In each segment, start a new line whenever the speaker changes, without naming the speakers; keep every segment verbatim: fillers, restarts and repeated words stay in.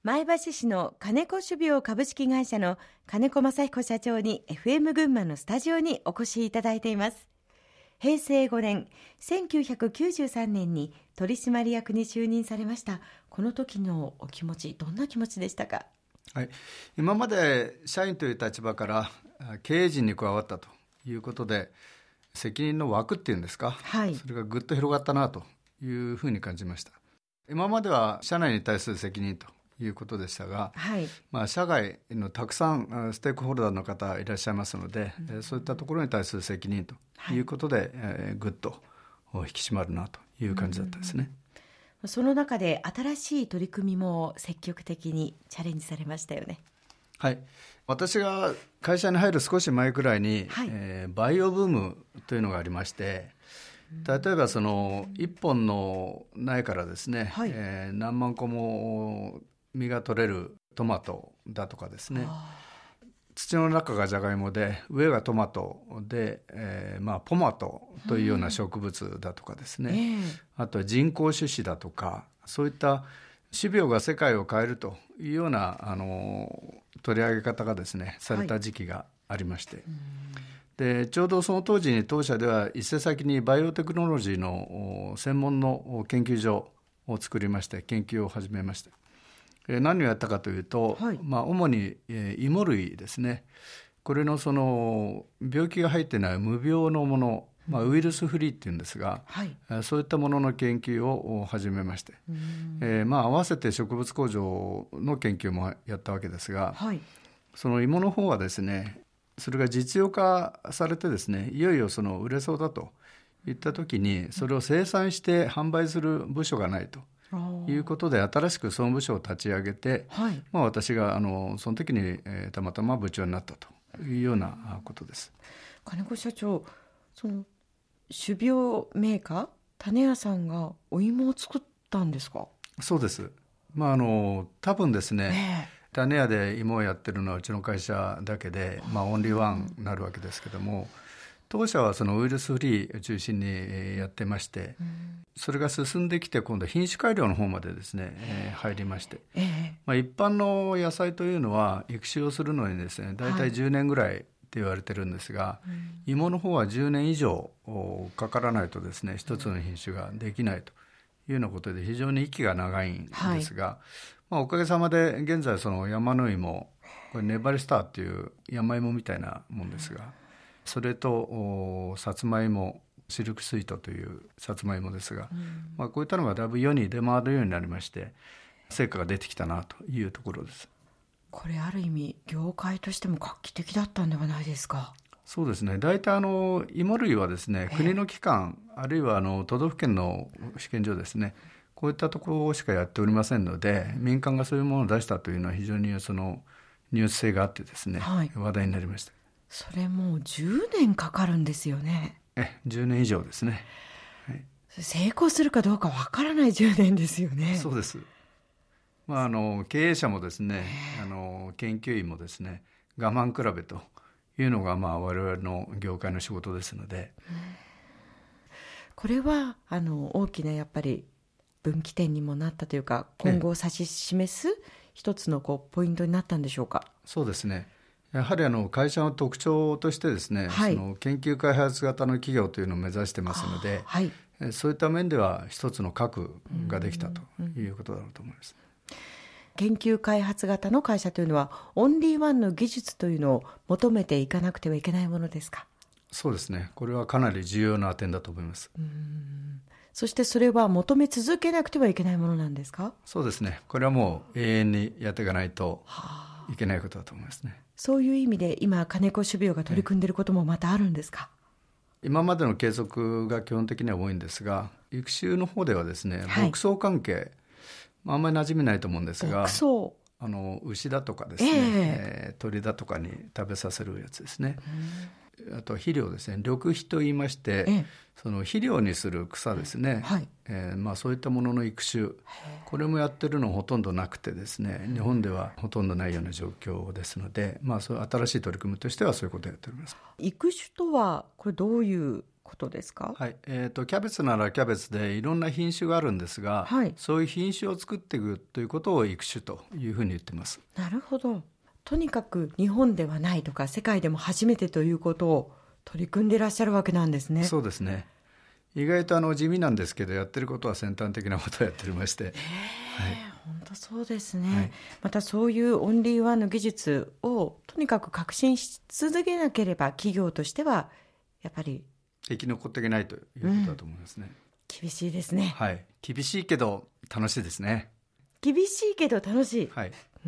前橋市の金子種苗株式会社の金子雅彦社長に エフエム 群馬のスタジオにお越しいただいています。へいせいごねん、せんきゅうひゃくきゅうじゅうさんねんに取締役に就任されました。この時のお気持ち、どんな気持ちでしたか？
はい、今まで社員という立場から経営陣に加わったということで、責任の枠っていうんですか、はい、それがぐっと広がったなというふうに感じました。今までは社内に対する責任ということでしたが、はい、まあ、社外のたくさんステークホルダーの方いらっしゃいますので、うん、そういったところに対する責任ということで、はい、えー、ぐっと引き締まるなという感じだったですね。
うん、その中で新しい取り組みも積極的にチャレンジされましたよね。
はい、私が会社に入る少し前くらいに、はい、えー、バイオブームというのがありまして、例えばそのいっぽんの苗からですね、はい、えー、何万個も実が取れるトマトだとかですね、土の中がジャガイモで上がトマトで、えーまあ、ポマトというような植物だとかですね、うん、えー、あとは人工種子だとか、そういった種苗が世界を変えるというようなあの取り上げ方がですねされた時期がありまして、はい、でちょうどその当時に当社では一世先にバイオテクノロジーの専門の研究所を作りまして研究を始めました。何をやったかというと、はい、まあ、主に、えー、芋類ですね。これのその病気が入っていない無病のもの、まあ、ウイルスフリーっていうんですが、はい、そういったものの研究を始めまして、えーまあ、合わせて植物工場の研究もやったわけですが、はい、その芋の方はですね、それが実用化されてですね、いよいよその売れそうだといった時にそれを生産して販売する部署がないということで新しく総務省を立ち上げて、はい、まあ、私があのその時に、えー、たまたま部長になったというようなことです。
金子社長、その種苗メーカー種屋さんがお芋を作ったんですか？
そうです、まあ、あの多分ですね、えー、種屋で芋をやってるのはうちの会社だけで、まあ、オンリーワンになるわけですけども、当社はそのウイルスフリーを中心にやってまして、うん、それが進んできて今度品種改良の方までですね、えー、入りまして、えーまあ、一般の野菜というのは育種をするのにですね、だいたいじゅうねんぐらいって言われてるんですが、はい、芋の方はじゅうねん以上かからないとですね、一つの品種ができないというようなことで非常に息が長いんですが、はい、まあ、おかげさまで現在その山の芋、これネバリスターっていう山芋みたいなもんですが、それとさつまいも、シルクスイートというさつまいもですが、うん、まあ、こういったのがだいぶ世に出回るようになりまして成果が出てきたなというところです。
これある意味業界としても画期的だったんではないですか？
そうですね、大体あの芋類はですね、国の機関あるいはあの都道府県の試験所ですね、こういったところしかやっておりませんので、民間がそういうものを出したというのは非常にそのニュース性があってですね、はい、話題になりました。
それもうじゅうねんかかるんですよね。
えじゅうねん以上ですね、はい、
成功するかどうかわからないじゅうねんですよね。
そうです、まあ、あの経営者もですね、あの研究員もですね、我慢比べというのがまあ我々の業界の仕事ですので、うん、
これはあの大きなやっぱり分岐点にもなったというか、今後を指し示す一つのこうポイントになったんでしょうか？
そうですね、やはりあの会社の特徴としてですね、はい、その研究開発型の企業というのを目指してますので、はい、そういった面では一つの核ができたということだろうと思います。
研究開発型の会社というのはオンリーワンの技術というのを求めていかなくてはいけないものですか？
そうですね、これはかなり重要な点だと思います。
うーん、そしてそれは求め続けなくてはいけないものなんですか？
そうですね、これはもう永遠にやっていかないといけないことだと思いますね。
そういう意味で今金子種苗が取り組んでいることもまたあるんですか？
今までの継続が基本的には多いんですが、育種の方ではですね、はい、牧草関係、あんまり馴染みないと思うんですが、
牧草、
あの牛だとかですね、えーえー、鳥だとかに食べさせるやつですね。あと肥料ですね、緑肥といいまして、えー、その肥料にする草ですね、はい、えーまあ、そういったものの育種、これもやってるのほとんどなくてですね、日本ではほとんどないような状況ですので、まあ、そう新しい取り組みとしてはそういうことをやっております。
育種とはこれどういうことですか？
はい、えーと、キャベツならキャベツでいろんな品種があるんですが、はい、そういう品種を作っていくということを育種というふうに言ってます。
なるほど。とにかく日本ではないとか世界でも初めてということを取り組んでいらっしゃるわけなんですね。
そうですね。意外とあの地味なんですけど、やってることは先端的なことをやっておりまして、はい、
本当そうですね、はい、またそういうオンリーワンの技術をとにかく革新し続けなければ企業としてはやっぱり
生き残っていけないということだと思いますね、うん、
厳しいですね。
はい、厳しいけど楽しいですね。
厳しいけど楽しい、
はい、
うん、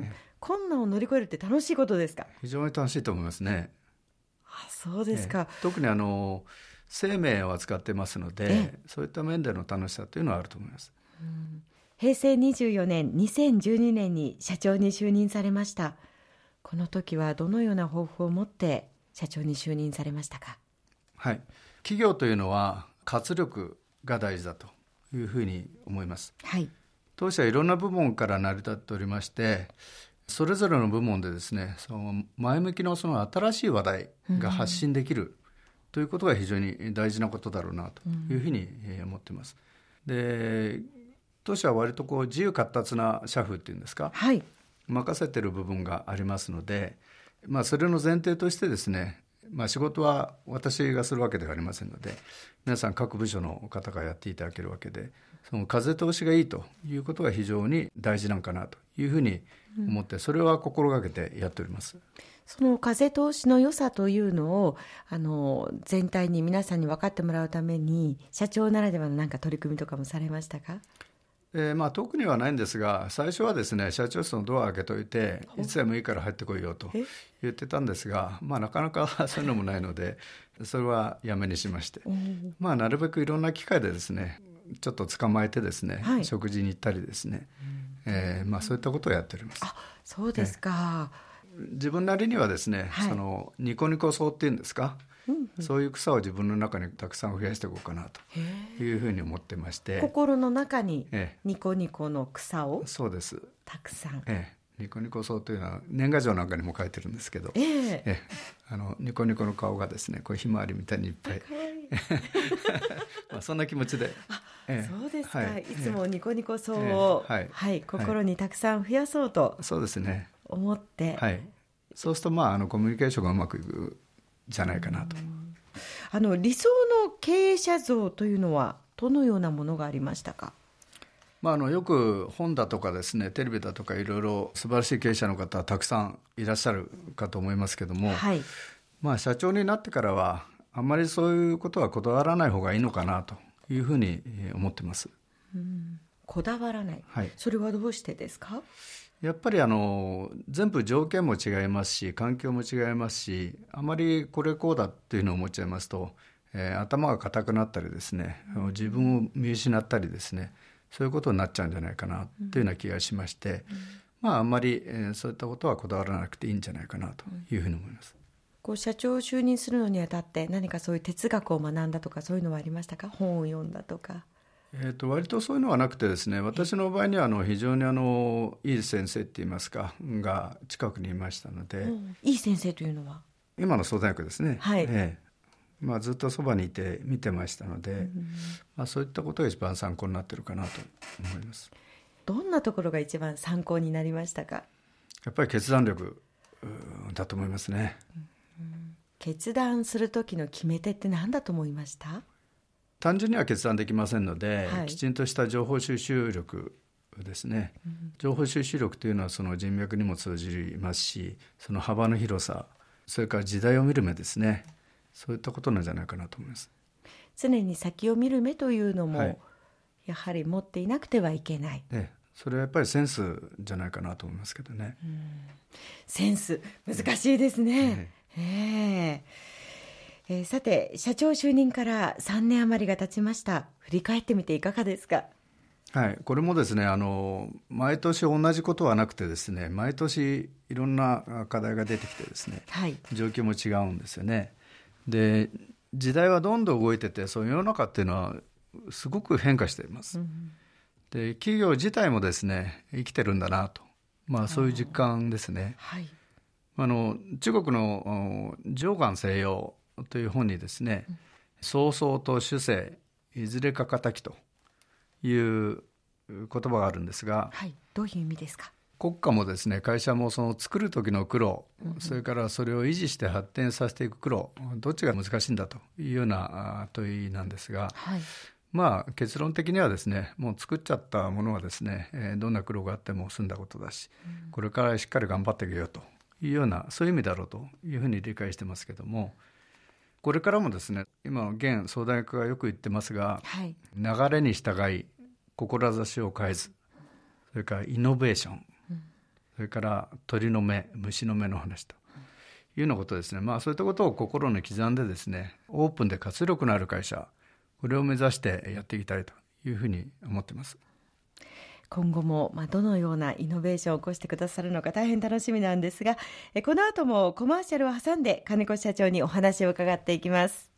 困難を乗り越えるって楽しいことですか？
非常に楽しいと思いますね。
あ、そうですか、
えー、特にあの生命を扱ってますので、そういった面での楽しさというのはあると思います、
うん、平成にじゅうよねんにせんじゅうにねんに社長に就任されました。この時はどのような抱負を持って社長に就任されましたか？
はい、企業というのは活力が大事だというふうに思います、はい、当社はいろんな部門から成り立っておりまして、それぞれの部門でですね、その前向きのその新しい話題が発信できる、うん、ということが非常に大事なことだろうなというふうに思っています、うん、で当社は割とこう自由闊達な社風っていうんですか、はい、任せている部分がありますので、まあ、それの前提としてですね、まあ、仕事は私がするわけではありませんので、皆さん各部署の方がやっていただけるわけで、その風通しがいいということが非常に大事なんかなというふうに思って、それは心がけてやっております、うん、
その風通しの良さというのをあの全体に皆さんに分かってもらうために社長ならではの何か取り組みとかもされましたか？
えーまあ、特にはないんですが、最初はですね、社長室のドアを開けといていつでもいいから入ってこいよと言ってたんですが、まあ、なかなかそういうのもないのでそれはやめにしまして、まあ、なるべくいろんな機会でですねちょっと捕まえてですね、はい、食事に行ったりですね、えーまあ、そういったことをやっております。
あ、そうですか、
えー、自分なりにはですね、はい、そのニコニコ草っていうんですか、うんうん、そういう草を自分の中にたくさん増やしていこうかなというふうに思ってまして、
心の中にニコニコの草を
そうです
たくさん、
ええ、ニコニコ草というのは年賀状なんかにも書いてるんですけど、ええええ、あのニコニコの顔がですねこうひまわりみたいにいっぱいかわいいまあそんな気持ちで、
あ、ええ、そうですか、はい、いつもニコニコ草を、
ええ、はい
はい、心にたくさん増やそうと、
そうですね、
思って、
はい、そうすると、まあ、あのコミュニケーションがうまくいくじゃないかなと。
あの理想の経営者像というのはどのようなものがありましたか？
まあ、あのよく本だとかですね、テレビだとかいろいろ素晴らしい経営者の方はたくさんいらっしゃるかと思いますけども、はい、まあ、社長になってからはあんまりそういうことはこだわらない方がいいのかなというふうに思ってます。
うん、こだわらない、はい、それはどうしてですか？
やっぱりあの全部条件も違いますし環境も違いますし、あまりこれこうだっていうのを思っちゃいますと、えー、頭が固くなったりですね、うん、自分を見失ったりですね、そういうことになっちゃうんじゃないかなというような気がしまして、うん、まあ、あんまり、えー、そういったことはこだわらなくていいんじゃないかなというふうに思います。
こう社長を就任するのにあたって何かそういう哲学を学んだとかそういうのはありましたか？本を読んだとか。
えー、と割とそういうのはなくてですね、私の場合にはあの非常にあのいい先生っていいますかが近くにいましたので、うん、
いい先生というのは
今の相談役ですね、はい、えーまあ、ずっとそばにいて見てましたので、うん、まあ、そういったことが一番参考になっているかなと思います。
どんなところが一番参考になりましたか？
やっぱり決断力だと思いますね、
うん、決断する時の決め手って何だと思いました？
単純には決断できませんので、はい、きちんとした情報収集力ですね、うん、情報収集力というのはその人脈にも通じますし、その幅の広さ、それから時代を見る目ですね、そういったことなんじゃないかなと思います。
常に先を見る目というのも、はい、やはり持っていなくてはいけない、
ええ、それはやっぱりセンスじゃないかなと思いますけどね、うん、
センス難しいですね、えええええー、さて社長就任からさんねん余りが経ちました。振り返ってみていかがですか？
はい、これもですね、あの毎年同じことはなくてですね、毎年いろんな課題が出てきてですね、はい、状況も違うんですよね。で、時代はどんどん動いてて、そういう世の中っていうのはすごく変化しています、うん、で企業自体もですね生きてるんだなと、まあ、そういう実感ですね、はい、あの中国の上岸西洋という本にですね、 早々と主勢いずれか敵という言葉があるんですが、
はい、どういう意味ですか。
国家もですね、会社もその作る時の苦労、うんうん、それからそれを維持して発展させていく苦労、どっちが難しいんだというような問いなんですが、
はい、
まあ結論的にはですね、もう作っちゃったものはですね、えー、どんな苦労があっても済んだことだし、うん、これからしっかり頑張っていくよというような、そういう意味だろうというふうに理解してますけども、これからもですね、今の現総大学がよく言ってますが、
はい、
流れに従い志を変えず、それからイノベーション、うん、それから鳥の目虫の目の話というようなことですね。まあそういったことを心に刻んでですね、オープンで活力のある会社、これを目指してやっていきたいというふうに思っています。
今後もまあどのようなイノベーションを起こしてくださるのか大変楽しみなんですが、この後もコマーシャルを挟んで金子社長にお話を伺っていきます。